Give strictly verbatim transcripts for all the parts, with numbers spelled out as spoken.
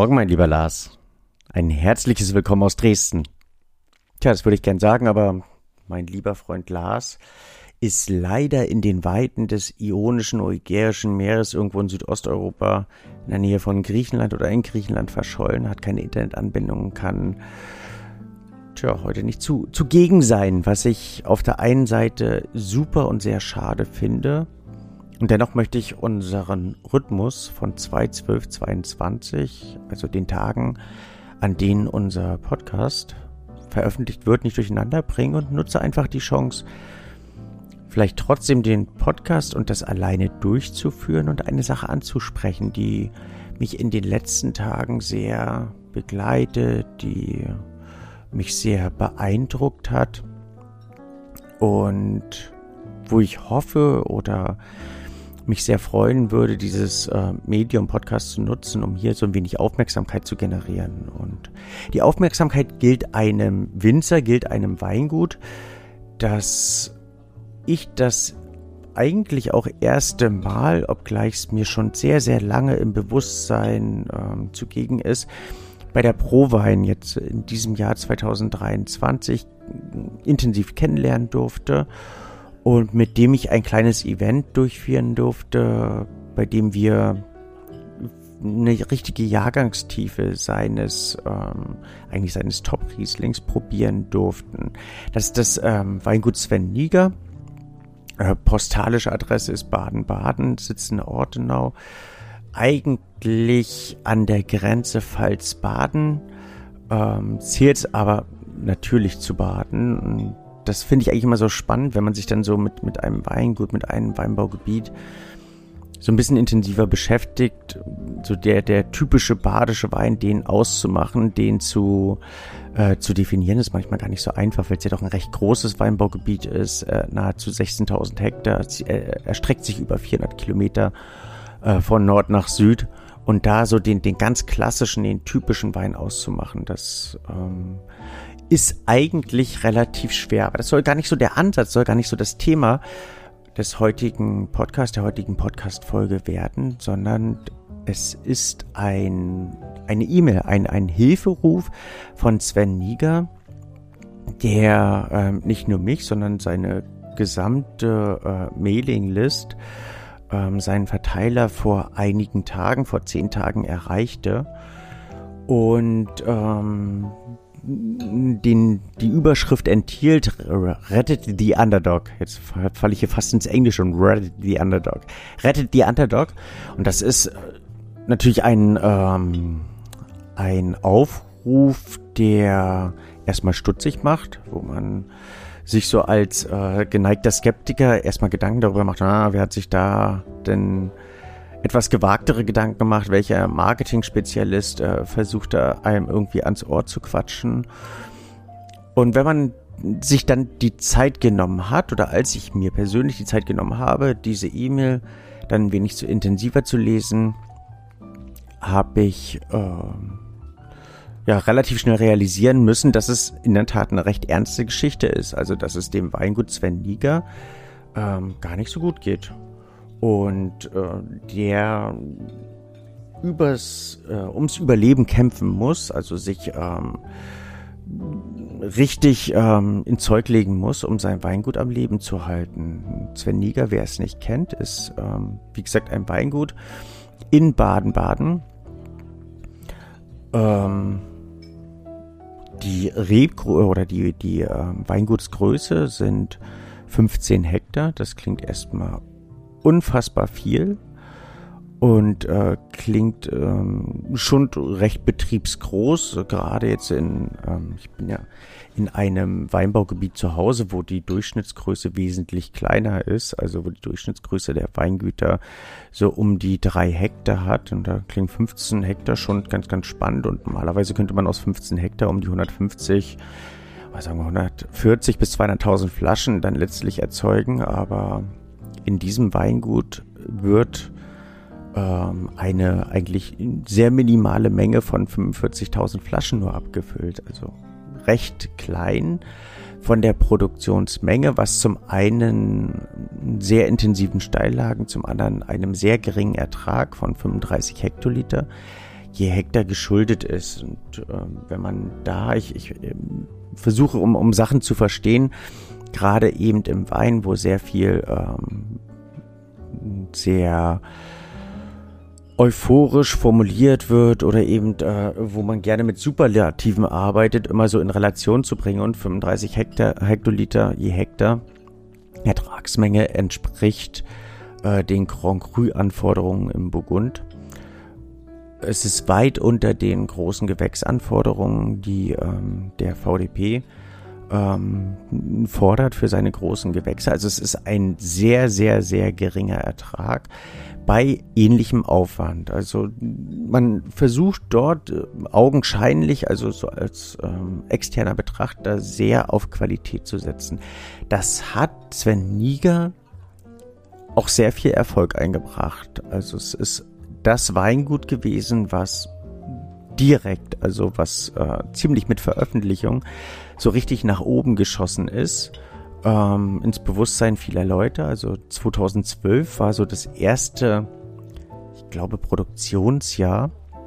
Morgen, mein lieber Lars. Ein herzliches Willkommen aus Dresden. Tja, das würde ich gern sagen, aber mein lieber Freund Lars ist leider in den Weiten des Ionischen oder Ägäischen Meeres irgendwo in Südosteuropa in der Nähe von Griechenland oder in Griechenland verschollen, hat keine Internetanbindung, kann tja, heute nicht zu, zugegen sein, was ich auf der einen Seite super und sehr schade finde. Und dennoch möchte ich unseren Rhythmus von zwei zwölf zweiundzwanzig, also den Tagen, an denen unser Podcast veröffentlicht wird, nicht durcheinander bringen und nutze einfach die Chance, vielleicht trotzdem den Podcast und das alleine durchzuführen und eine Sache anzusprechen, die mich in den letzten Tagen sehr begleitet, die mich sehr beeindruckt hat und wo ich hoffe oder mich sehr freuen würde, dieses äh, Medium-Podcast zu nutzen, um hier so ein wenig Aufmerksamkeit zu generieren. Und die Aufmerksamkeit gilt einem Winzer, gilt einem Weingut, dass ich das eigentlich auch erste Mal, obgleich es mir schon sehr, sehr lange im Bewusstsein ähm, zugegen ist, bei der ProWein jetzt in diesem Jahr zwanzig dreiundzwanzig intensiv kennenlernen durfte und mit dem ich ein kleines Event durchführen durfte, bei dem wir eine richtige Jahrgangstiefe seines, ähm, eigentlich seines Top-Rieslings probieren durften. Das ist das ähm, Weingut Sven Nigger. Äh, postalische Adresse ist Baden-Baden, Sitz in Ortenau. Eigentlich an der Grenze Pfalz-Baden, ähm, zählt aber natürlich zu Baden. Und das finde ich eigentlich immer so spannend, wenn man sich dann so mit, mit einem Weingut, mit einem Weinbaugebiet so ein bisschen intensiver beschäftigt, so der, der typische badische Wein, den auszumachen, den zu, äh, zu definieren, ist manchmal gar nicht so einfach, weil es ja doch ein recht großes Weinbaugebiet ist, äh, nahezu sechzehntausend Hektar, äh, erstreckt sich über vierhundert Kilometer äh, von Nord nach Süd und da so den, den ganz klassischen, den typischen Wein auszumachen, das ähm, ist eigentlich relativ schwer, aber das soll gar nicht so der Ansatz, soll gar nicht so das Thema des heutigen Podcasts, der heutigen Podcast-Folge werden, sondern es ist ein, eine E-Mail, ein, ein Hilferuf von Sven Nigger, der ähm, nicht nur mich, sondern seine gesamte äh, Mailinglist, ähm, seinen Verteiler vor einigen Tagen, vor zehn Tagen erreichte und ähm, Den, die Überschrift enthielt, rettet the Underdog. Jetzt falle ich hier fast ins Englische und rettet the Underdog. Rettet the Underdog. Und das ist natürlich ein, ähm, ein Aufruf, der erstmal stutzig macht, wo man sich so als äh, geneigter Skeptiker erstmal Gedanken darüber macht, ah, wer hat sich da denn etwas gewagtere Gedanken gemacht, welcher Marketing-Spezialist äh, versucht da einem irgendwie ans Ohr zu quatschen. Und wenn man sich dann die Zeit genommen hat, oder als ich mir persönlich die Zeit genommen habe, diese E-Mail dann ein wenig zu intensiver zu lesen, habe ich äh, ja relativ schnell realisieren müssen, dass es in der Tat eine recht ernste Geschichte ist. Also dass es dem Weingut Sven Nigger ähm, gar nicht so gut geht. Und äh, der übers, äh, ums Überleben kämpfen muss, also sich ähm, richtig ähm, ins Zeug legen muss, um sein Weingut am Leben zu halten. Sven Nigger, wer es nicht kennt, ist, ähm, wie gesagt, ein Weingut in Baden-Baden. Ähm, die Rebgröße oder die, die äh, Weingutsgröße sind fünfzehn Hektar. Das klingt erstmal unfassbar viel und äh, klingt ähm, schon recht betriebsgroß, gerade jetzt in, ähm, ich bin ja in einem Weinbaugebiet zu Hause, wo die Durchschnittsgröße wesentlich kleiner ist, also wo die Durchschnittsgröße der Weingüter so um die drei Hektar hat und da klingt fünfzehn Hektar schon ganz, ganz spannend und normalerweise könnte man aus fünfzehn Hektar um die hundertfünfzig, was sagen wir, hundertvierzig bis zweihunderttausend Flaschen dann letztlich erzeugen, aber in diesem Weingut wird ähm, eine eigentlich sehr minimale Menge von fünfundvierzigtausend Flaschen nur abgefüllt. Also recht klein von der Produktionsmenge, was zum einen sehr intensiven Steillagen, zum anderen einem sehr geringen Ertrag von fünfunddreißig Hektoliter je Hektar geschuldet ist. Und äh, wenn man da, ich, ich äh, versuche, um, um Sachen zu verstehen, gerade eben im Wein, wo sehr viel ähm, sehr euphorisch formuliert wird oder eben, äh, wo man gerne mit Superlativen arbeitet, immer so in Relation zu bringen. Und fünfunddreißig Hektar, Hektoliter je Hektar Ertragsmenge entspricht äh, den Grand Cru-Anforderungen im Burgund. Es ist weit unter den großen Gewächsanforderungen, die ähm, der V D P ähm, fordert für seine großen Gewächse. Also es ist ein sehr, sehr, sehr geringer Ertrag bei ähnlichem Aufwand. Also man versucht dort äh, augenscheinlich, also so als ähm, externer Betrachter, sehr auf Qualität zu setzen. Das hat Sven Nigger auch sehr viel Erfolg eingebracht. Also es ist das Weingut gewesen, was direkt, also was äh, ziemlich mit Veröffentlichung so richtig nach oben geschossen ist, ähm, ins Bewusstsein vieler Leute. Also zweitausendzwölf war so das erste, ich glaube, Produktionsjahr,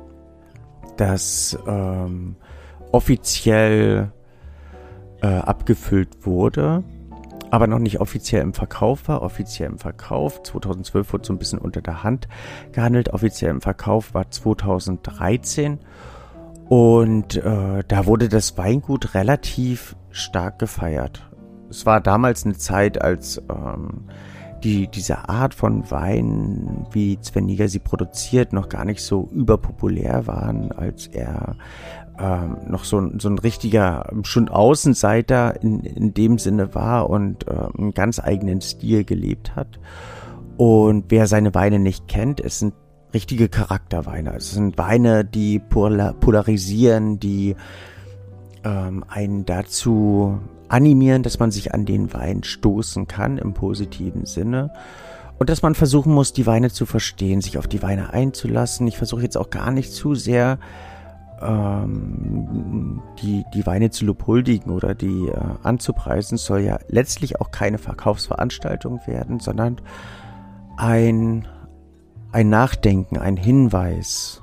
das ähm, offiziell äh, abgefüllt wurde, aber noch nicht offiziell im Verkauf war. Offiziell im Verkauf, zweitausendzwölf wurde so ein bisschen unter der Hand gehandelt. Offiziell im Verkauf war zweitausenddreizehn und äh, da wurde das Weingut relativ stark gefeiert. Es war damals eine Zeit, als ähm, die diese Art von Wein, wie Sven Nigger sie produziert, noch gar nicht so überpopulär waren, als er ähm, noch so, so ein richtiger, schon Außenseiter in, in dem Sinne war und äh, einen ganz eigenen Stil gelebt hat. Und wer seine Weine nicht kennt, es sind richtige Charakterweine. Es sind Weine, die polar- polarisieren, die ähm, einen dazu animieren, dass man sich an den Wein stoßen kann, im positiven Sinne. Und dass man versuchen muss, die Weine zu verstehen, sich auf die Weine einzulassen. Ich versuche jetzt auch gar nicht zu sehr ähm, die, die Weine zu lobhuldigen oder die äh, anzupreisen. Es soll ja letztlich auch keine Verkaufsveranstaltung werden, sondern ein, ein Nachdenken, ein Hinweis,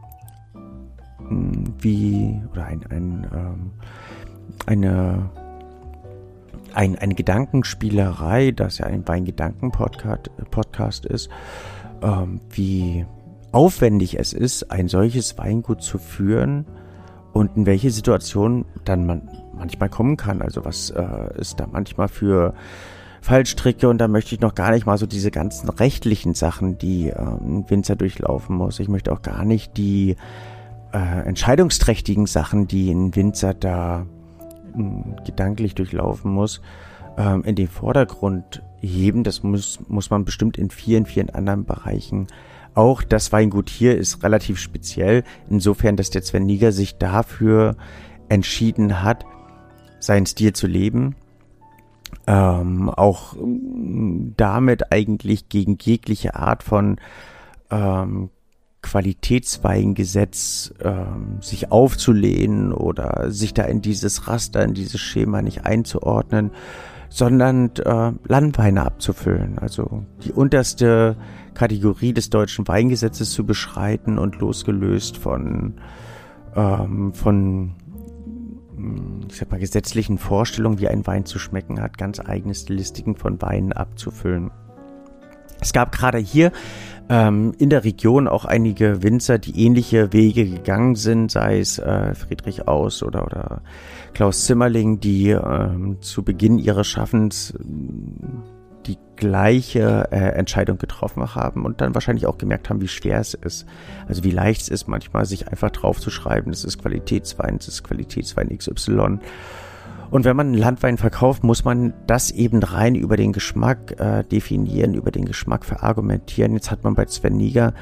wie, oder ein, ein, ähm, eine Ein, eine Gedankenspielerei, das ja ein Weingedanken-Podcast Podcast ist, ähm, wie aufwendig es ist, ein solches Weingut zu führen und in welche Situation dann man manchmal kommen kann. Also was äh, ist da manchmal für Fallstricke, und da möchte ich noch gar nicht mal so diese ganzen rechtlichen Sachen, die äh, ein Winzer durchlaufen muss. Ich möchte auch gar nicht die äh, entscheidungsträchtigen Sachen, die ein Winzer da gedanklich durchlaufen muss, ähm, in den Vordergrund heben. Das muss, muss man bestimmt in vielen, vielen anderen Bereichen auch. Das Weingut hier ist relativ speziell, insofern, dass der Sven Nigger sich dafür entschieden hat, seinen Stil zu leben. Ähm, auch damit eigentlich gegen jegliche Art von ähm, Qualitätsweingesetz ähm, sich aufzulehnen oder sich da in dieses Raster, in dieses Schema nicht einzuordnen, sondern äh, Landweine abzufüllen. Also die unterste Kategorie des deutschen Weingesetzes zu beschreiten und losgelöst von, ähm, von ich sag mal, gesetzlichen Vorstellungen, wie ein Wein zu schmecken hat, ganz eigene Stilistiken von Weinen abzufüllen. Es gab gerade hier ähm, in der Region auch einige Winzer, die ähnliche Wege gegangen sind, sei es äh, Friedrich Aus oder, oder Klaus Zimmerling, die ähm, zu Beginn ihres Schaffens die gleiche äh, Entscheidung getroffen haben und dann wahrscheinlich auch gemerkt haben, wie schwer es ist. Also wie leicht es ist, manchmal sich einfach draufzuschreiben, das ist Qualitätswein, das ist Qualitätswein X Y. Und wenn man einen Landwein verkauft, muss man das eben rein über den Geschmack äh, definieren, über den Geschmack verargumentieren. Jetzt hat man bei Sven Nigger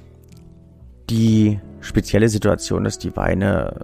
die spezielle Situation, dass die Weine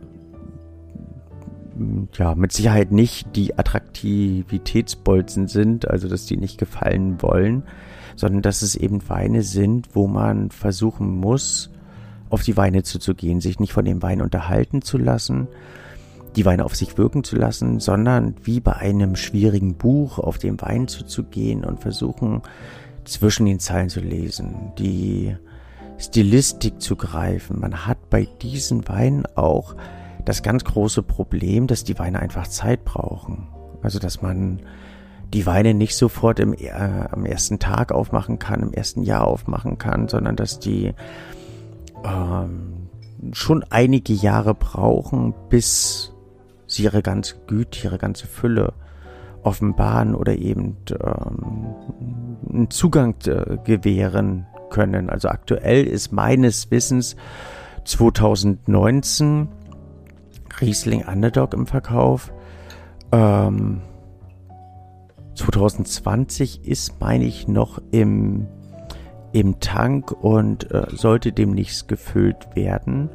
ja mit Sicherheit nicht die Attraktivitätsbolzen sind, also dass die nicht gefallen wollen, sondern dass es eben Weine sind, wo man versuchen muss, auf die Weine zuzugehen, sich nicht von dem Wein unterhalten zu lassen, die Weine auf sich wirken zu lassen, sondern wie bei einem schwierigen Buch auf den Wein zuzugehen und versuchen, zwischen den Zeilen zu lesen, die Stilistik zu greifen. Man hat bei diesen Weinen auch das ganz große Problem, dass die Weine einfach Zeit brauchen. Also dass man die Weine nicht sofort im, äh, am ersten Tag aufmachen kann, im ersten Jahr aufmachen kann, sondern dass die ähm, schon einige Jahre brauchen, bis sie ihre ganze Güte, ihre ganze Fülle offenbaren oder eben ähm, einen Zugang äh, gewähren können. Also aktuell ist meines Wissens zwanzig neunzehn Riesling Underdog im Verkauf. Ähm, zwanzig zwanzig ist, meine ich, noch im, im Tank und äh, sollte demnächst gefüllt werden.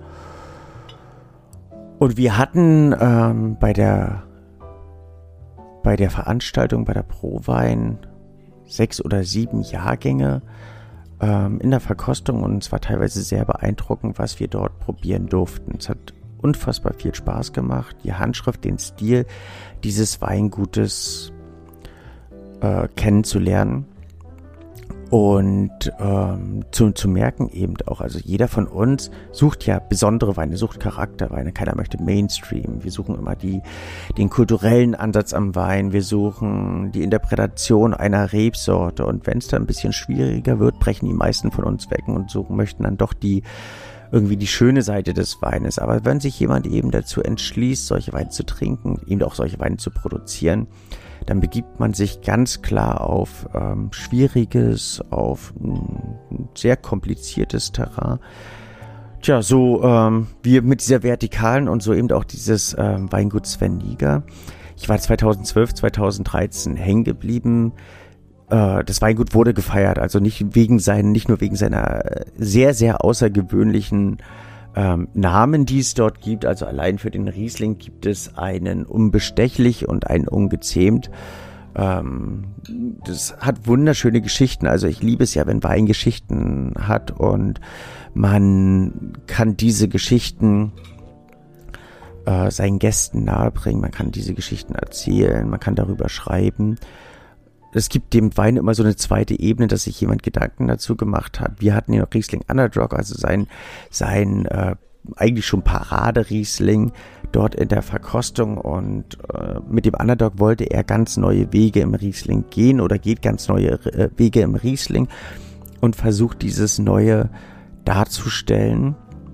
Und wir hatten ähm, bei der bei der Veranstaltung, bei der Prowein sechs oder sieben Jahrgänge ähm, in der Verkostung und es war teilweise sehr beeindruckend, was wir dort probieren durften. Es hat unfassbar viel Spaß gemacht, die Handschrift, den Stil dieses Weingutes äh, kennenzulernen und ähm, zu, zu merken eben auch, also jeder von uns sucht ja besondere Weine, sucht Charakterweine, keiner möchte Mainstream, wir suchen immer die, den kulturellen Ansatz am Wein, wir suchen die Interpretation einer Rebsorte und wenn es dann ein bisschen schwieriger wird, brechen die meisten von uns weg und suchen, möchten dann doch die irgendwie die schöne Seite des Weines. Aber wenn sich jemand eben dazu entschließt, solche Weine zu trinken, eben auch solche Weine zu produzieren, dann begibt man sich ganz klar auf ähm, schwieriges, auf ein sehr kompliziertes Terrain. Tja, so ähm, wie mit dieser Vertikalen und so eben auch dieses ähm, Weingut Sven Nigger. Ich war zweitausendzwölf, zweitausenddreizehn hängen geblieben. Das Weingut wurde gefeiert, also nicht wegen seinen, nicht nur wegen seiner sehr, sehr außergewöhnlichen ähm, Namen, die es dort gibt. Also allein für den Riesling gibt es einen unbestechlich und einen ungezähmt. Ähm, das hat wunderschöne Geschichten. Also ich liebe es ja, wenn Wein Geschichten hat und man kann diese Geschichten äh, seinen Gästen nahebringen. Man kann diese Geschichten erzählen, man kann darüber schreiben. Es gibt dem Wein immer so eine zweite Ebene, dass sich jemand Gedanken dazu gemacht hat. Wir hatten ja noch Riesling Underdog, also sein, sein äh, eigentlich schon Parade-Riesling dort in der Verkostung und äh, mit dem Underdog wollte er ganz neue Wege im Riesling gehen oder geht ganz neue äh, Wege im Riesling und versucht dieses Neue darzustellen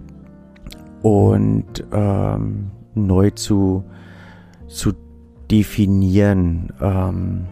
und ähm, neu zu, zu definieren. Ähm,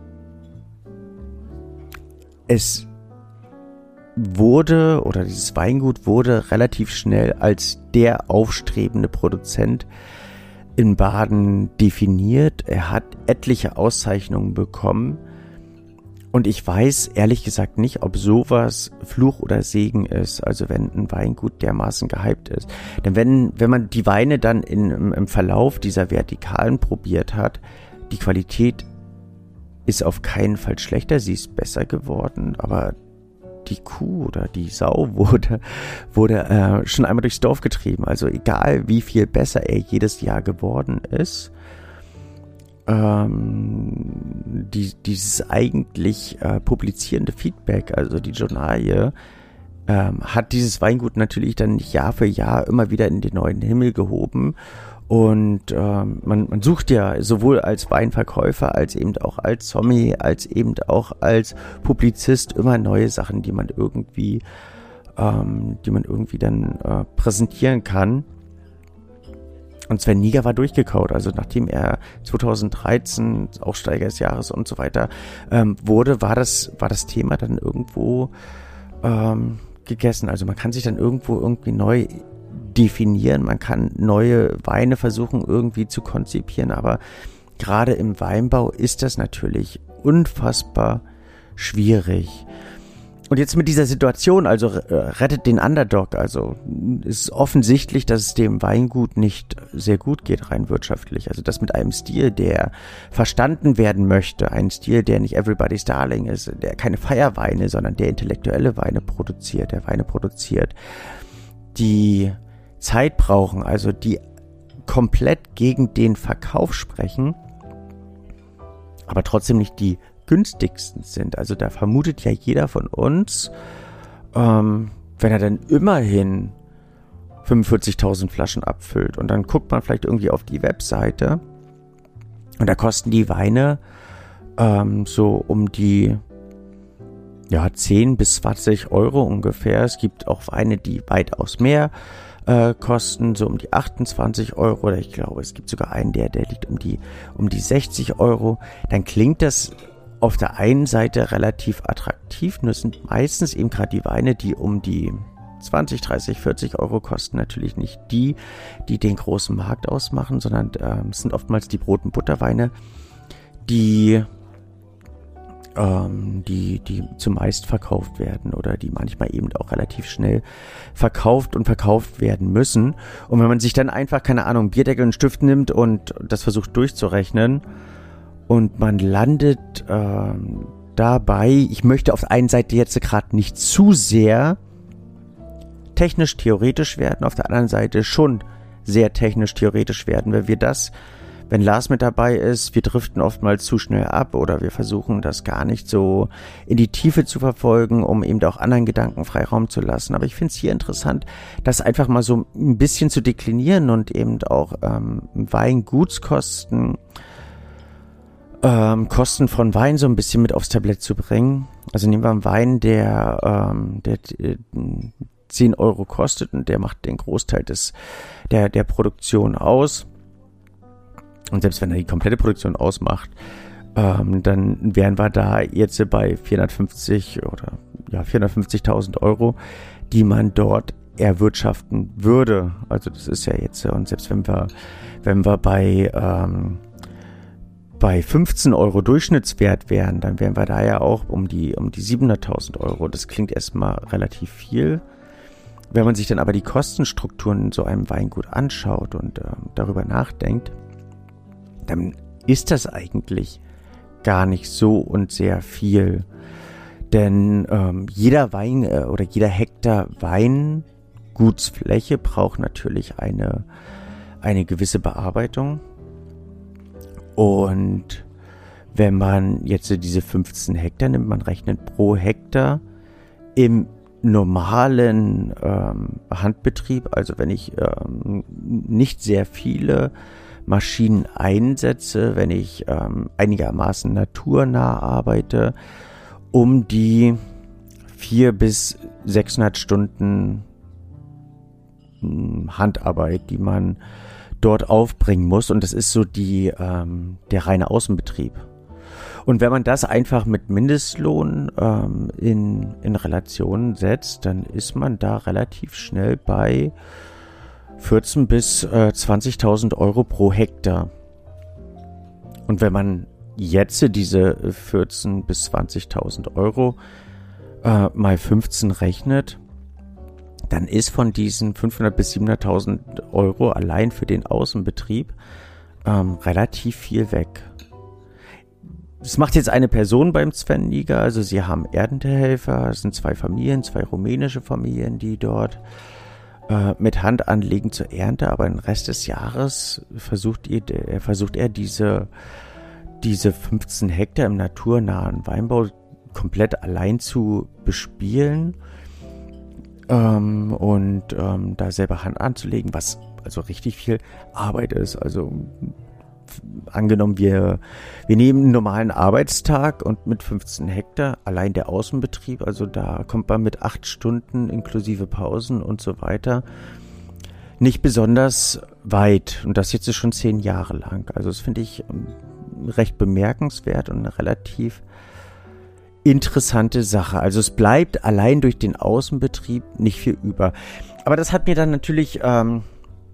Es wurde, oder dieses Weingut wurde relativ schnell als der aufstrebende Produzent in Baden definiert. Er hat etliche Auszeichnungen bekommen und ich weiß ehrlich gesagt nicht, ob sowas Fluch oder Segen ist, also wenn ein Weingut dermaßen gehypt ist. Denn wenn, wenn man die Weine dann in, im, im Verlauf dieser Vertikalen probiert hat, die Qualität ist auf keinen Fall schlechter, sie ist besser geworden, aber die Kuh oder die Sau wurde, wurde äh, schon einmal durchs Dorf getrieben. Also egal, wie viel besser er jedes Jahr geworden ist, ähm, die, dieses eigentlich äh, publizierende Feedback, also die Journalie, ähm, hat dieses Weingut natürlich dann Jahr für Jahr immer wieder in den neuen Himmel gehoben. Und ähm, man, man sucht ja sowohl als Weinverkäufer, als eben auch als Sommelier, als eben auch als Publizist immer neue Sachen, die man irgendwie, ähm, die man irgendwie dann äh, präsentieren kann. Und Sven Nigger war durchgekaut, also nachdem er zweitausenddreizehn Aufsteiger des Jahres und so weiter ähm, wurde, war das, war das Thema dann irgendwo ähm, gegessen. Also man kann sich dann irgendwo irgendwie neu definieren, man kann neue Weine versuchen irgendwie zu konzipieren, aber gerade im Weinbau ist das natürlich unfassbar schwierig. Und jetzt mit dieser Situation, also rettet den Underdog, also ist offensichtlich, dass es dem Weingut nicht sehr gut geht, rein wirtschaftlich. Also das mit einem Stil, der verstanden werden möchte, ein Stil, der nicht everybody's darling ist, der keine Feierweine, sondern der intellektuelle Weine produziert, der Weine produziert, die Zeit brauchen, also die komplett gegen den Verkauf sprechen, aber trotzdem nicht die günstigsten sind. Also da vermutet ja jeder von uns, ähm, wenn er dann immerhin fünfundvierzigtausend Flaschen abfüllt und dann guckt man vielleicht irgendwie auf die Webseite und da kosten die Weine ähm, so um die ja, zehn bis zwanzig Euro ungefähr. Es gibt auch Weine, die weitaus mehr äh, kosten, so um die achtundzwanzig Euro. Oder ich glaube, es gibt sogar einen, der, der liegt um die, um die sechzig Euro. Dann klingt das auf der einen Seite relativ attraktiv. Nur es sind meistens eben gerade die Weine, die um die zwanzig, dreißig, vierzig Euro kosten, natürlich nicht die, die den großen Markt ausmachen, sondern ähm, es sind oftmals die Brot- und Butterweine, die, ähm, die, die zumeist verkauft werden oder die manchmal eben auch relativ schnell verkauft und verkauft werden müssen. Und wenn man sich dann einfach, keine Ahnung, Bierdeckel und Stift nimmt und das versucht durchzurechnen und man landet ähm, dabei, ich möchte auf der einen Seite jetzt gerade nicht zu sehr technisch theoretisch werden, auf der anderen Seite schon sehr technisch theoretisch werden, weil wir das, wenn Lars mit dabei ist, wir driften oftmals zu schnell ab oder wir versuchen das gar nicht so in die Tiefe zu verfolgen, um eben auch anderen Gedanken Freiraum zu lassen. Aber ich finde es hier interessant, das einfach mal so ein bisschen zu deklinieren und eben auch ähm, Weingutskosten, ähm, Kosten von Wein so ein bisschen mit aufs Tablett zu bringen. Also nehmen wir einen Wein, der, ähm, der äh, zehn Euro kostet und der macht den Großteil des, der, der Produktion aus. Und selbst wenn er die komplette Produktion ausmacht, ähm, dann wären wir da jetzt bei vierhundertfünfzig oder ja vierhundertfünfzigtausend Euro, die man dort erwirtschaften würde. Also das ist ja jetzt, und selbst wenn wir, wenn wir bei, ähm, bei fünfzehn Euro Durchschnittswert wären, dann wären wir da ja auch um die, um die siebenhunderttausend Euro. Das klingt erstmal relativ viel. Wenn man sich dann aber die Kostenstrukturen in so einem Weingut anschaut und äh, darüber nachdenkt, dann ist das eigentlich gar nicht so und sehr viel. Denn ähm, jeder Wein äh, oder jeder Hektar Weingutsfläche braucht natürlich eine, eine gewisse Bearbeitung. Und wenn man jetzt diese fünfzehn Hektar nimmt, man rechnet pro Hektar im normalen ähm, Handbetrieb, also wenn ich ähm, nicht sehr viele Maschinen einsetze, wenn ich ähm, einigermaßen naturnah arbeite, um die vier bis sechshundert Stunden mh, Handarbeit, die man dort aufbringen muss. Und das ist so die ähm, der reine Außenbetrieb. Und wenn man das einfach mit Mindestlohn ähm, in, in Relation setzt, dann ist man da relativ schnell bei vierzehntausend bis äh, zwanzigtausend Euro pro Hektar. Und wenn man jetzt diese vierzehntausend bis zwanzigtausend Euro äh, mal fünfzehn rechnet, dann ist von diesen fünfhundert bis siebenhunderttausend Euro allein für den Außenbetrieb ähm, relativ viel weg. Das macht jetzt eine Person beim Sven-Liga, also sie haben Erntehelfer, es sind zwei Familien, zwei rumänische Familien, die dort äh, mit Hand anlegen zur Ernte, aber den Rest des Jahres versucht er, er, versucht er diese, diese fünfzehn Hektar im naturnahen Weinbau komplett allein zu bespielen ähm, und ähm, da selber Hand anzulegen, was also richtig viel Arbeit ist, also angenommen, wir, wir nehmen einen normalen Arbeitstag und mit fünfzehn Hektar, allein der Außenbetrieb, also da kommt man mit acht Stunden inklusive Pausen und so weiter nicht besonders weit. Und das jetzt schon zehn Jahre lang. Also das finde ich recht bemerkenswert und eine relativ interessante Sache. Also es bleibt allein durch den Außenbetrieb nicht viel über. Aber das hat mir dann natürlich ähm,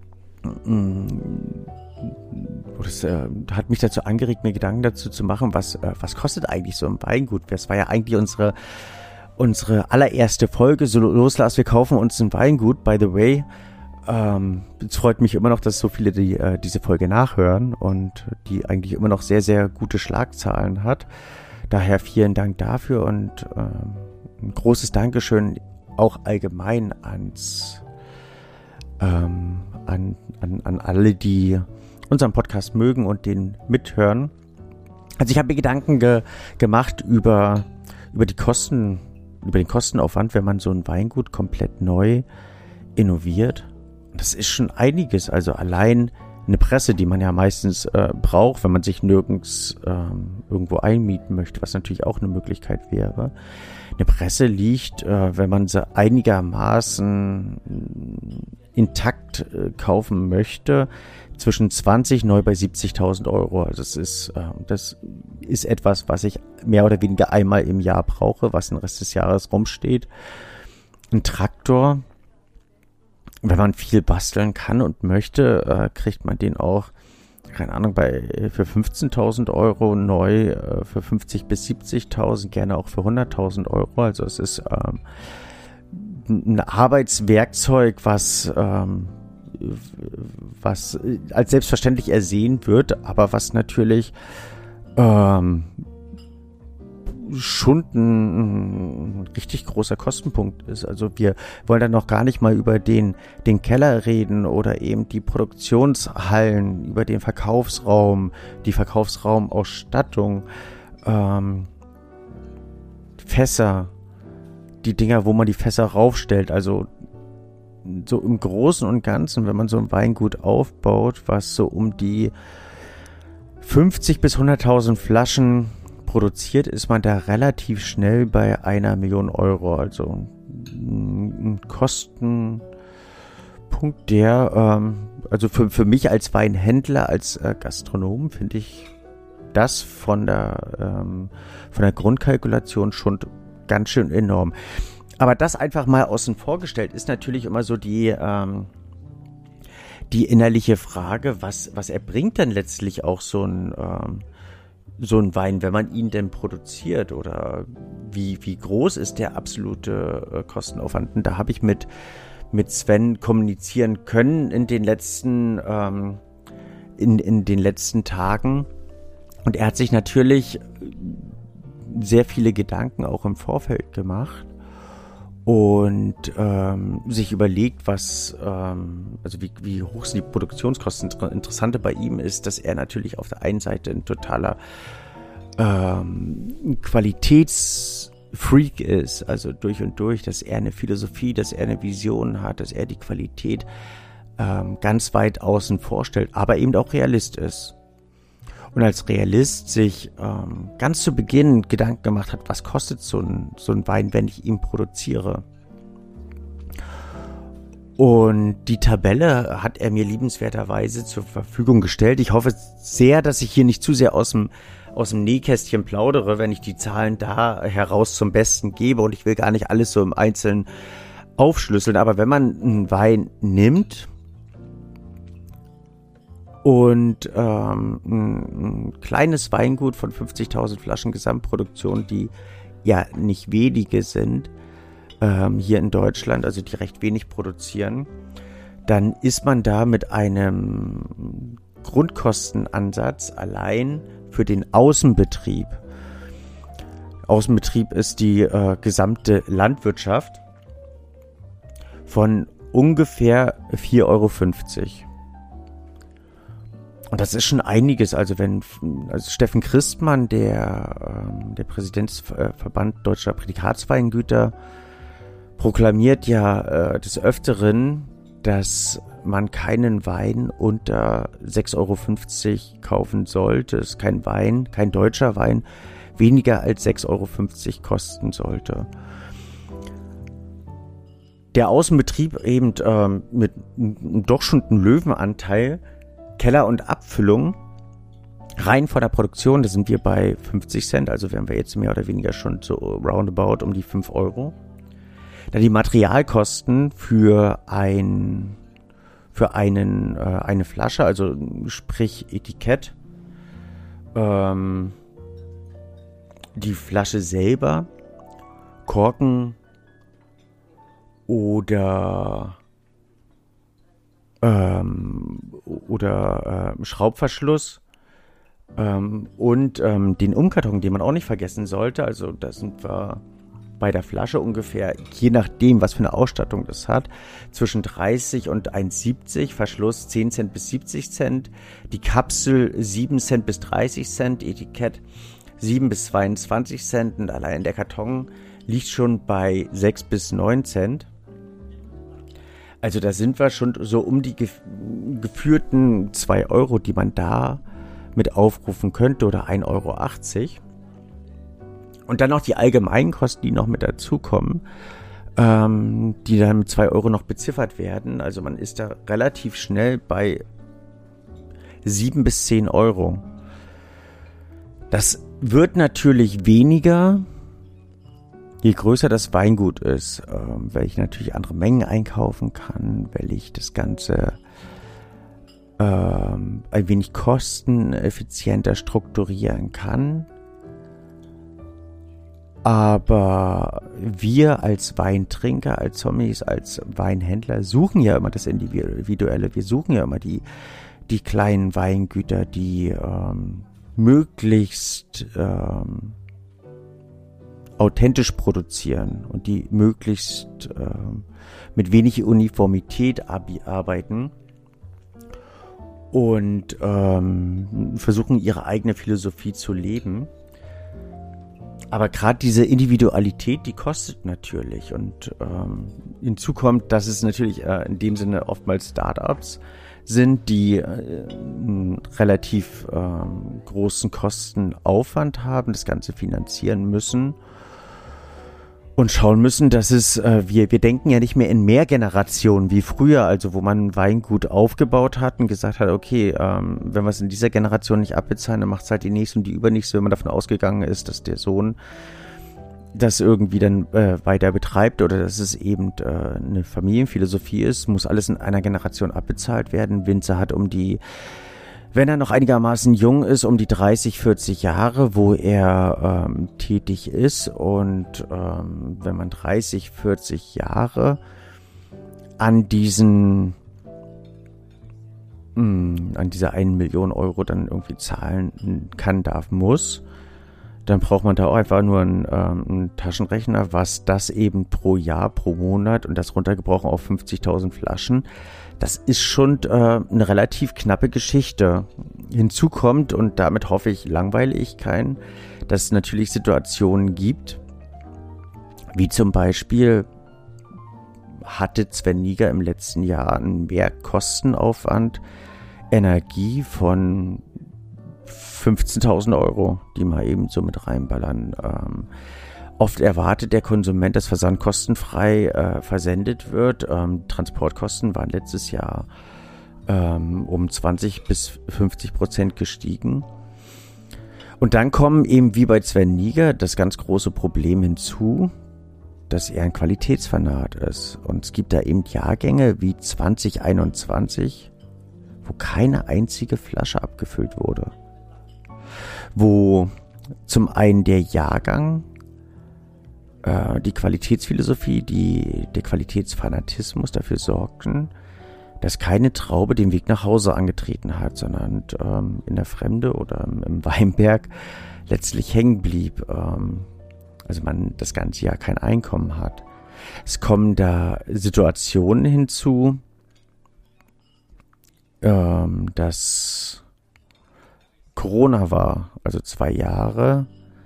Das äh, hat mich dazu angeregt, mir Gedanken dazu zu machen, was, äh, was kostet eigentlich so ein Weingut? Das war ja eigentlich unsere, unsere allererste Folge. So los, Lars, wir kaufen uns ein Weingut. By the way, ähm, es freut mich immer noch, dass so viele die, äh, diese Folge nachhören und die eigentlich immer noch sehr, sehr gute Schlagzahlen hat. Daher vielen Dank dafür und ähm, ein großes Dankeschön auch allgemein ans, ähm, an, an, an alle, die unseren Podcast mögen und den mithören. Also ich habe mir Gedanken ge- gemacht über, über die Kosten über den Kostenaufwand, wenn man so ein Weingut komplett neu innoviert. Das ist schon einiges. Also allein eine Presse, die man ja meistens äh, braucht, wenn man sich nirgends ähm, irgendwo einmieten möchte, was natürlich auch eine Möglichkeit wäre. Eine Presse liegt, äh, wenn man sie einigermaßen intakt äh, kaufen möchte, zwischen zwanzig neu bei siebzigtausend Euro. Also das ist, äh, das ist etwas, was ich mehr oder weniger einmal im Jahr brauche, was den Rest des Jahres rumsteht. Ein Traktor, wenn man viel basteln kann und möchte, äh, kriegt man den auch, keine Ahnung, bei für fünfzehntausend Euro neu, äh, für fünfzig bis siebzigtausend, gerne auch für hunderttausend Euro. Also es ist ähm, ein Arbeitswerkzeug, was ähm, was als selbstverständlich ersehen wird, aber was natürlich ähm, schon ein, ein richtig großer Kostenpunkt ist. Also wir wollen dann noch gar nicht mal über den, den Keller reden oder eben die Produktionshallen, über den Verkaufsraum, die Verkaufsraumausstattung, ähm, Fässer, die Dinger, wo man die Fässer raufstellt. Also so im Großen und Ganzen, wenn man so ein Weingut aufbaut, was so um die fünfzig bis hunderttausend Flaschen produziert, ist man da relativ schnell bei einer Million Euro. Also ein Kostenpunkt, der, ähm, also für, für mich als Weinhändler, als äh, Gastronom, finde ich das von der, ähm, von der Grundkalkulation schon ganz schön enorm. Aber das einfach mal außen vor gestellt ist natürlich immer so die, ähm, die innerliche Frage, was, was erbringt dann letztlich auch so ein, ähm, so ein Wein, wenn man ihn denn produziert, oder wie, wie groß ist der absolute äh, Kostenaufwand? Und da habe ich mit, mit Sven kommunizieren können in den letzten, ähm, in, in den letzten Tagen. Und er hat sich natürlich sehr viele Gedanken auch im Vorfeld gemacht und ähm, sich überlegt, was, ähm, also wie, wie hoch sind die Produktionskosten. Interessante bei ihm ist, dass er natürlich auf der einen Seite ein totaler ähm, Qualitätsfreak ist, also durch und durch, dass er eine Philosophie, dass er eine Vision hat, dass er die Qualität ähm, ganz weit außen vorstellt, aber eben auch Realist ist. Und als Realist sich ähm, ganz zu Beginn Gedanken gemacht hat, was kostet so ein, so ein Wein, wenn ich ihn produziere. Und die Tabelle hat er mir liebenswerterweise zur Verfügung gestellt. Ich hoffe sehr, dass ich hier nicht zu sehr aus dem, aus dem Nähkästchen plaudere, wenn ich die Zahlen da heraus zum Besten gebe. Und ich will gar nicht alles so im Einzelnen aufschlüsseln. Aber wenn man einen Wein nimmt und ähm, ein, ein kleines Weingut von fünfzigtausend Flaschen Gesamtproduktion, die ja nicht wenige sind, ähm, hier in Deutschland, also die recht wenig produzieren, dann ist man da mit einem Grundkostenansatz allein für den Außenbetrieb. Außenbetrieb ist die äh, gesamte Landwirtschaft von ungefähr vier Euro fünfzig. Und das ist schon einiges. Also wenn also Steffen Christmann, der, ähm, der Präsident des Verband Deutscher Prädikatsweingüter, proklamiert ja äh, des Öfteren, dass man keinen Wein unter sechs Euro fünfzig kaufen sollte. Es ist kein Wein, kein deutscher Wein, weniger als sechs Euro fünfzig kosten sollte. Der Außenbetrieb eben ähm, mit einem doch schon einem Löwenanteil, Keller und Abfüllung, rein von der Produktion, da sind wir bei fünfzig Cent, also wären wir jetzt mehr oder weniger schon so roundabout um die fünf Euro. Da die Materialkosten für ein für einen äh, eine Flasche, also sprich Etikett, ähm, die Flasche selber, Korken oder ähm, oder äh, Schraubverschluss ähm, und ähm, den Umkarton, den man auch nicht vergessen sollte. Also da sind wir bei der Flasche ungefähr, je nachdem, was für eine Ausstattung das hat, zwischen dreißig und eins siebzig, Verschluss zehn Cent bis siebzig Cent, die Kapsel sieben Cent bis dreißig Cent, Etikett sieben bis zweiundzwanzig Cent und allein der Karton liegt schon bei sechs bis neun Cent. Also da sind wir schon so um die gef- geführten zwei Euro, die man da mit aufrufen könnte, oder ein Euro achtzig. Und dann noch die allgemeinen Kosten, die noch mit dazukommen, ähm, die dann mit zwei Euro noch beziffert werden. Also man ist da relativ schnell bei sieben bis zehn Euro. Das wird natürlich weniger, je größer das Weingut ist, äh, weil ich natürlich andere Mengen einkaufen kann, weil ich das Ganze äh, ein wenig kosteneffizienter strukturieren kann. Aber wir als Weintrinker, als Sommeliers, als Weinhändler suchen ja immer das Individuelle. Wir suchen ja immer die, die kleinen Weingüter, die ähm, möglichst ähm, authentisch produzieren und die möglichst ähm, mit wenig Uniformität ab- arbeiten und ähm, versuchen, ihre eigene Philosophie zu leben. Aber gerade diese Individualität, die kostet natürlich. Und ähm, hinzu kommt, dass es natürlich äh, in dem Sinne oftmals Startups sind, die äh, einen relativ äh, großen Kostenaufwand haben, das Ganze finanzieren müssen und schauen müssen, dass es, äh, wir, wir denken ja nicht mehr in Mehrgenerationen wie früher, also wo man Weingut aufgebaut hat und gesagt hat, okay, ähm, wenn wir es in dieser Generation nicht abbezahlen, dann macht es halt die nächste und die übernächste, wenn man davon ausgegangen ist, dass der Sohn das irgendwie dann äh, weiter betreibt oder dass es eben äh, eine Familienphilosophie ist, muss alles in einer Generation abbezahlt werden. Winzer hat um die, wenn er noch einigermaßen jung ist, um die dreißig, vierzig Jahre, wo er ähm, tätig ist. Und ähm, wenn man dreißig, vierzig Jahre an diesen, mh, an dieser eine Million Euro dann irgendwie zahlen kann, darf, muss, dann braucht man da auch einfach nur einen, ähm, einen Taschenrechner, was das eben pro Jahr, pro Monat und das runtergebrochen auf fünfzigtausend Flaschen. Das ist schon äh, eine relativ knappe Geschichte. Hinzu kommt, und damit hoffe ich, langweile ich keinen, dass es natürlich Situationen gibt, wie zum Beispiel hatte Sven Nigger im letzten Jahr einen Mehrkostenaufwand Energie von fünfzehntausend Euro, die mal eben so mit reinballern. Ähm, oft erwartet der Konsument, dass Versand kostenfrei äh, versendet wird. Ähm, Transportkosten waren letztes Jahr ähm, um zwanzig bis fünfzig Prozent gestiegen. Und dann kommen eben wie bei Sven Nigger das ganz große Problem hinzu, dass er ein Qualitätsfanat ist. Und es gibt da eben Jahrgänge wie zwanzig einundzwanzig, wo keine einzige Flasche abgefüllt wurde. Wo zum einen der Jahrgang, äh, die Qualitätsphilosophie, die, der Qualitätsfanatismus dafür sorgten, dass keine Traube den Weg nach Hause angetreten hat, sondern ähm, in der Fremde oder im Weinberg letztlich hängen blieb. Ähm, also man das ganze Jahr kein Einkommen hat. Es kommen da Situationen hinzu, ähm, dass Corona war, also zwei Jahre,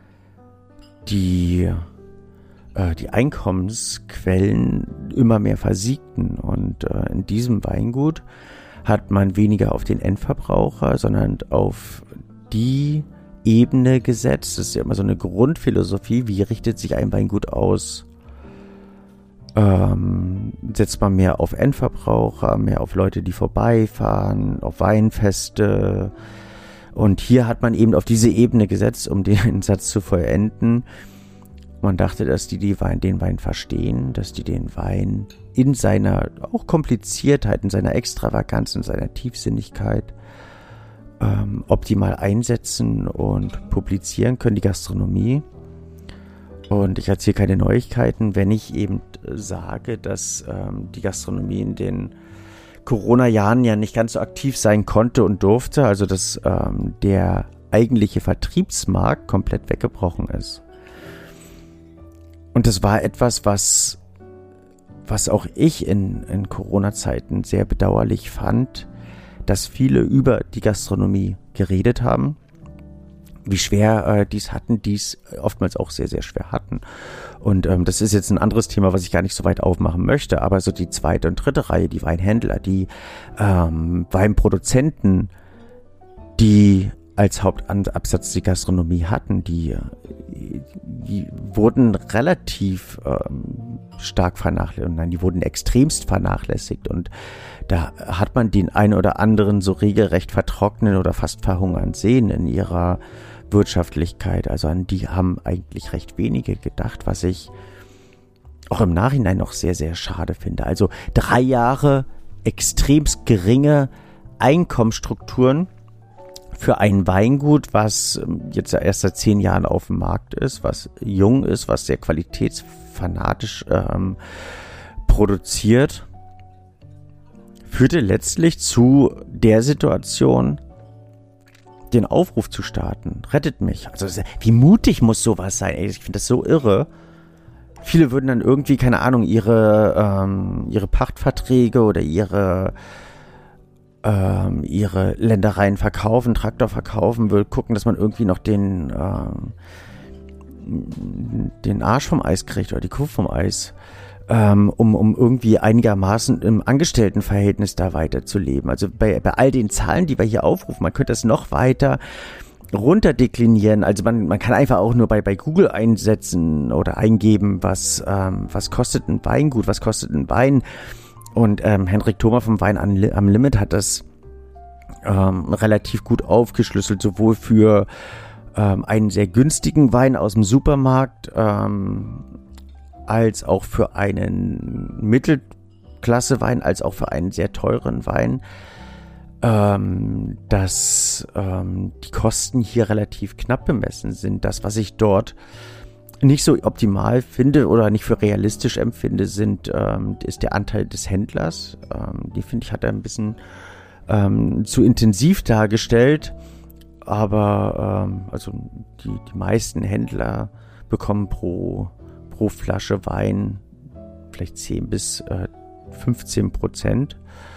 die, äh, die Einkommensquellen immer mehr versiegten. Und äh, in diesem Weingut hat man weniger auf den Endverbraucher, sondern auf die Ebene gesetzt. Das ist ja immer so eine Grundphilosophie. Wie richtet sich ein Weingut aus? Ähm, setzt man mehr auf Endverbraucher, mehr auf Leute, die vorbeifahren, auf Weinfeste. Und hier hat man eben auf diese Ebene gesetzt, um den Satz zu vollenden. Man dachte, dass die, die Wein, den Wein verstehen, dass die den Wein in seiner auch Kompliziertheit, in seiner Extravaganz, in seiner Tiefsinnigkeit ähm, optimal einsetzen und publizieren können, die Gastronomie. Und ich erzähle keine Neuigkeiten, wenn ich eben sage, dass ähm, die Gastronomie in den Corona-Jahren ja nicht ganz so aktiv sein konnte und durfte, also dass ähm, der eigentliche Vertriebsmarkt komplett weggebrochen ist. Und das war etwas, was, was auch ich in, in Corona-Zeiten sehr bedauerlich fand, dass viele über die Gastronomie geredet haben, wie schwer äh, dies hatten, dies oftmals auch sehr, sehr schwer hatten. Und ähm, das ist jetzt ein anderes Thema, was ich gar nicht so weit aufmachen möchte, aber so die zweite und dritte Reihe, die Weinhändler, die ähm, Weinproduzenten, die als Hauptabsatz die Gastronomie hatten, die, die wurden relativ ähm, stark vernachlässigt, nein, die wurden extremst vernachlässigt und da hat man den einen oder anderen so regelrecht vertrocknen oder fast verhungern sehen in ihrer Wirtschaftlichkeit. Also an die haben eigentlich recht wenige gedacht, was ich auch im Nachhinein noch sehr, sehr schade finde. Also drei Jahre extremst geringe Einkommensstrukturen für ein Weingut, was jetzt erst seit zehn Jahren auf dem Markt ist, was jung ist, was sehr qualitätsfanatisch ähm, produziert, führte letztlich zu der Situation, den Aufruf zu starten. Rettet mich. Also wie mutig muss sowas sein? Ey, ich finde das so irre. Viele würden dann irgendwie, keine Ahnung, ihre, ähm, ihre Pachtverträge oder ihre ähm, ihre Ländereien verkaufen, Traktor verkaufen, will gucken, dass man irgendwie noch den ähm, den Arsch vom Eis kriegt oder die Kuh vom Eis, ähm, um, um irgendwie einigermaßen im Angestelltenverhältnis da weiterzuleben. Also bei, bei all den Zahlen, die wir hier aufrufen, man könnte das noch weiter runterdeklinieren. Also man, man kann einfach auch nur bei, bei Google einsetzen oder eingeben, was, ähm, was kostet ein Weingut, was kostet ein Wein. Und ähm, Hendrik Thoma vom Wein am Limit hat das ähm, relativ gut aufgeschlüsselt, sowohl für ähm, einen sehr günstigen Wein aus dem Supermarkt ähm, als auch für einen Mittelklasse-Wein, als auch für einen sehr teuren Wein, ähm, dass ähm, die Kosten hier relativ knapp bemessen sind. Das, was ich dort nicht so optimal finde oder nicht für realistisch empfinde, sind, ähm, ist der Anteil des Händlers. Ähm, die, finde ich, hat er ein bisschen ähm, zu intensiv dargestellt. Aber ähm, also die, die meisten Händler bekommen pro, pro Flasche Wein vielleicht zehn bis fünfzehn Prozent.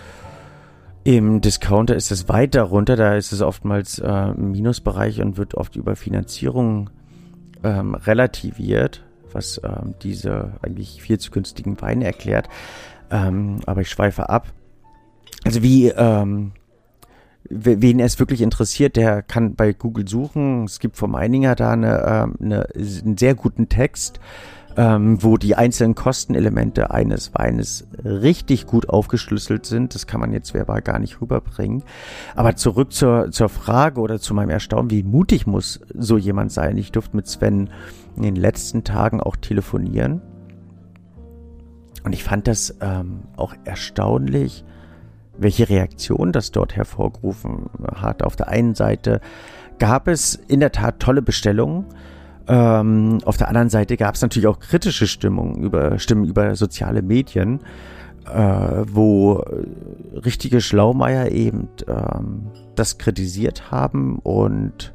Im Discounter ist es weit darunter. Da ist es oftmals äh, im Minusbereich und wird oft über Finanzierung Ähm, relativiert, was ähm, diese eigentlich viel zu günstigen Weine erklärt. Ähm, aber ich schweife ab. Also wie, ähm, wen es wirklich interessiert, der kann bei Google suchen. Es gibt vom Meininger da eine, ähm, eine, einen sehr guten Text, ähm, wo die einzelnen Kostenelemente eines Weines richtig gut aufgeschlüsselt sind. Das kann man jetzt verbal gar nicht rüberbringen. Aber zurück zur, zur Frage oder zu meinem Erstaunen, wie mutig muss so jemand sein? Ich durfte mit Sven in den letzten Tagen auch telefonieren. Und ich fand das ähm, auch erstaunlich, welche Reaktion das dort hervorgerufen hat. Auf der einen Seite gab es in der Tat tolle Bestellungen. Ähm, auf der anderen Seite gab es natürlich auch kritische Stimmungen über Stimmen über soziale Medien, äh, wo richtige Schlaumeier eben ähm, das kritisiert haben und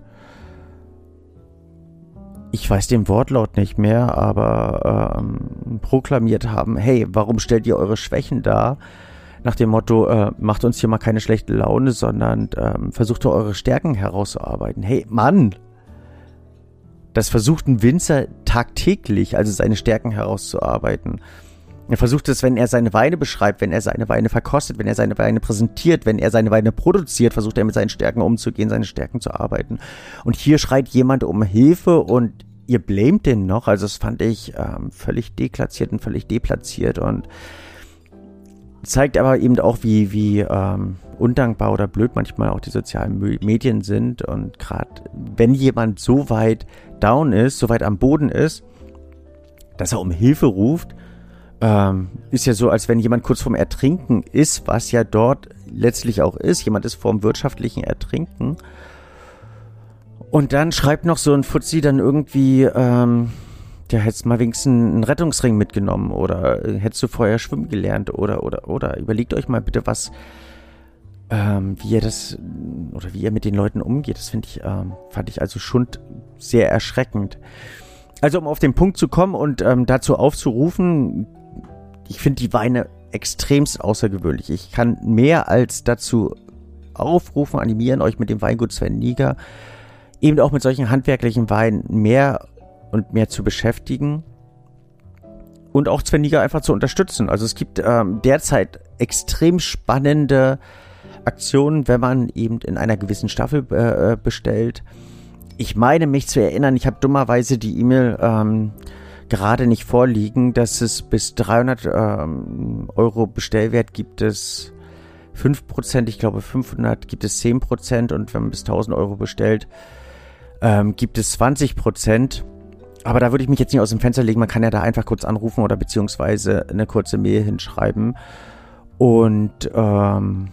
ich weiß den Wortlaut nicht mehr, aber ähm, proklamiert haben, hey, warum stellt ihr eure Schwächen dar? Nach dem Motto, äh, macht uns hier mal keine schlechte Laune, sondern ähm, versucht doch eure Stärken herauszuarbeiten. Hey, Mann! Das versucht ein Winzer tagtäglich, also seine Stärken herauszuarbeiten. Er versucht es, wenn er seine Weine beschreibt, wenn er seine Weine verkostet, wenn er seine Weine präsentiert, wenn er seine Weine produziert, versucht er mit seinen Stärken umzugehen, seine Stärken zu arbeiten. Und hier schreit jemand um Hilfe und ihr blamet den noch. Also das fand ich ähm, völlig deklatziert und völlig deplatziert und zeigt aber eben auch, wie, wie ähm, undankbar oder blöd manchmal auch die sozialen Medien sind. Und gerade wenn jemand so weit down ist, so weit am Boden ist, dass er um Hilfe ruft, ähm, ist ja so, als wenn jemand kurz vorm Ertrinken ist, was ja dort letztlich auch ist. Jemand ist vorm wirtschaftlichen Ertrinken. Und dann schreibt noch so ein Fuzzi dann irgendwie, ähm, ja, hättest mal wenigstens einen Rettungsring mitgenommen oder hättest du vorher schwimmen gelernt oder, oder, oder. Überlegt euch mal bitte, was, ähm, wie ihr das, oder wie ihr mit den Leuten umgeht. Das finde ich, ähm, fand ich also schon sehr erschreckend. Also, um auf den Punkt zu kommen und ähm, dazu aufzurufen, ich finde die Weine extremst außergewöhnlich. Ich kann mehr als dazu aufrufen, animieren, euch mit dem Weingut Sven Nigger eben auch mit solchen handwerklichen Weinen mehr und mehr zu beschäftigen und auch Sven Nigrer einfach zu unterstützen. Also es gibt ähm, derzeit extrem spannende Aktionen, wenn man eben in einer gewissen Staffel äh, bestellt. Ich meine mich zu erinnern, ich habe dummerweise die E-Mail ähm, gerade nicht vorliegen, dass es bis dreihundert ähm, Euro Bestellwert gibt es fünf Prozent, ich glaube fünfhundert gibt es zehn Prozent und wenn man bis tausend Euro bestellt, ähm, gibt es zwanzig Prozent. Aber da würde ich mich jetzt nicht aus dem Fenster legen, man kann ja da einfach kurz anrufen oder beziehungsweise eine kurze Mail hinschreiben. Und ähm,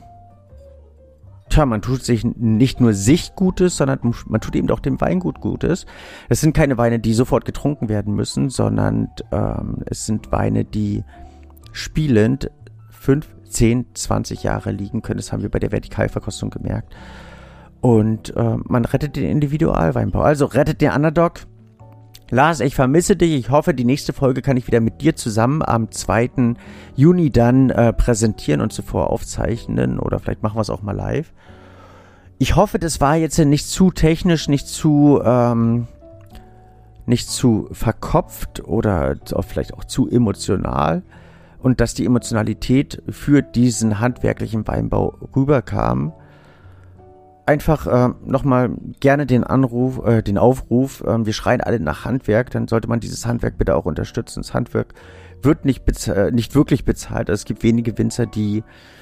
tja, man tut sich nicht nur sich Gutes, sondern man tut eben auch dem Weingut Gutes. Es sind keine Weine, die sofort getrunken werden müssen, sondern ähm, es sind Weine, die spielend fünf, zehn, zwanzig Jahre liegen können. Das haben wir bei der Vertikalverkostung gemerkt. Und äh, man rettet den Individualweinbau. Also rettet den Underdog. Lars, ich vermisse dich. Ich hoffe, die nächste Folge kann ich wieder mit dir zusammen am zweiten Juni dann äh, präsentieren und zuvor aufzeichnen. Oder vielleicht machen wir es auch mal live. Ich hoffe, das war jetzt nicht zu technisch, nicht zu, ähm, nicht zu verkopft oder vielleicht auch zu emotional. Und dass die Emotionalität für diesen handwerklichen Weinbau rüberkam. Einfach äh, nochmal gerne den Anruf, äh, den Aufruf, äh, wir schreien alle nach Handwerk, dann sollte man dieses Handwerk bitte auch unterstützen. Das Handwerk wird nicht, bez- nicht wirklich bezahlt. Also es gibt wenige Winzer, die,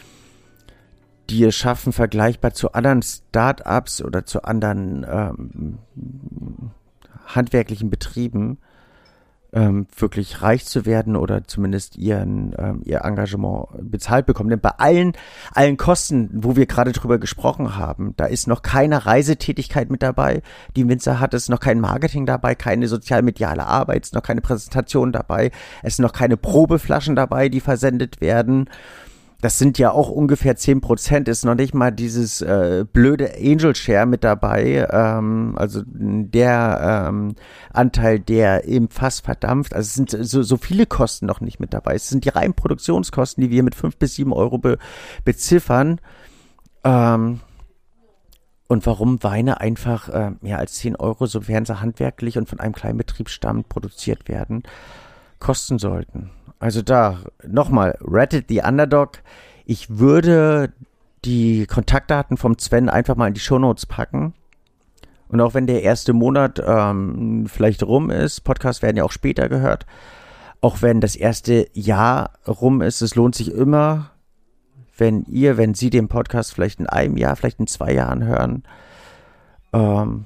die es schaffen, vergleichbar zu anderen Start-ups oder zu anderen ähm, handwerklichen Betrieben ähm, wirklich reich zu werden oder zumindest ihren, ähm, ihr Engagement bezahlt bekommen. Denn bei allen, allen Kosten, wo wir gerade drüber gesprochen haben, da ist noch keine Reisetätigkeit mit dabei, die ein Winzer hat, es ist noch kein Marketing dabei, keine sozialmediale Arbeit, es ist noch keine Präsentation dabei, es sind noch keine Probeflaschen dabei, die versendet werden. Das sind ja auch ungefähr zehn Prozent, ist noch nicht mal dieses äh, blöde Angel Share mit dabei, ähm, also der ähm, Anteil, der im Fass verdampft. Also es sind so, so viele Kosten noch nicht mit dabei. Es sind die reinen Produktionskosten, die wir mit fünf bis sieben Euro be- beziffern. Ähm, und warum Weine einfach äh, mehr als zehn Euro, sofern sie handwerklich und von einem kleinen Betrieb stammend produziert werden, kosten sollten. Also da, nochmal, rettet the Underdog. Ich würde die Kontaktdaten vom Sven einfach mal in die Shownotes packen. Und auch wenn der erste Monat ähm, vielleicht rum ist, Podcasts werden ja auch später gehört, auch wenn das erste Jahr rum ist, es lohnt sich immer, wenn ihr, wenn Sie den Podcast vielleicht in einem Jahr, vielleicht in zwei Jahren hören, ähm,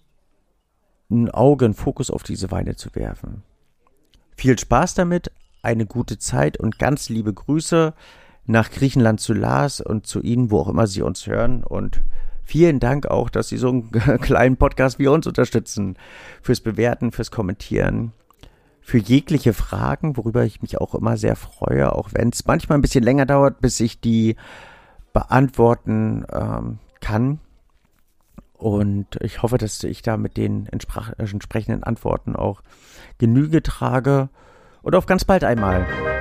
ein Auge, einen Fokus auf diese Weine zu werfen. Viel Spaß damit, eine gute Zeit und ganz liebe Grüße nach Griechenland zu Lars und zu Ihnen, wo auch immer Sie uns hören. Und vielen Dank auch, dass Sie so einen kleinen Podcast wie uns unterstützen. Fürs Bewerten, fürs Kommentieren, für jegliche Fragen, worüber ich mich auch immer sehr freue, auch wenn es manchmal ein bisschen länger dauert, bis ich die beantworten ähm, kann. Und ich hoffe, dass ich da mit den entsprechenden Antworten auch Genüge trage. Und auf ganz bald einmal.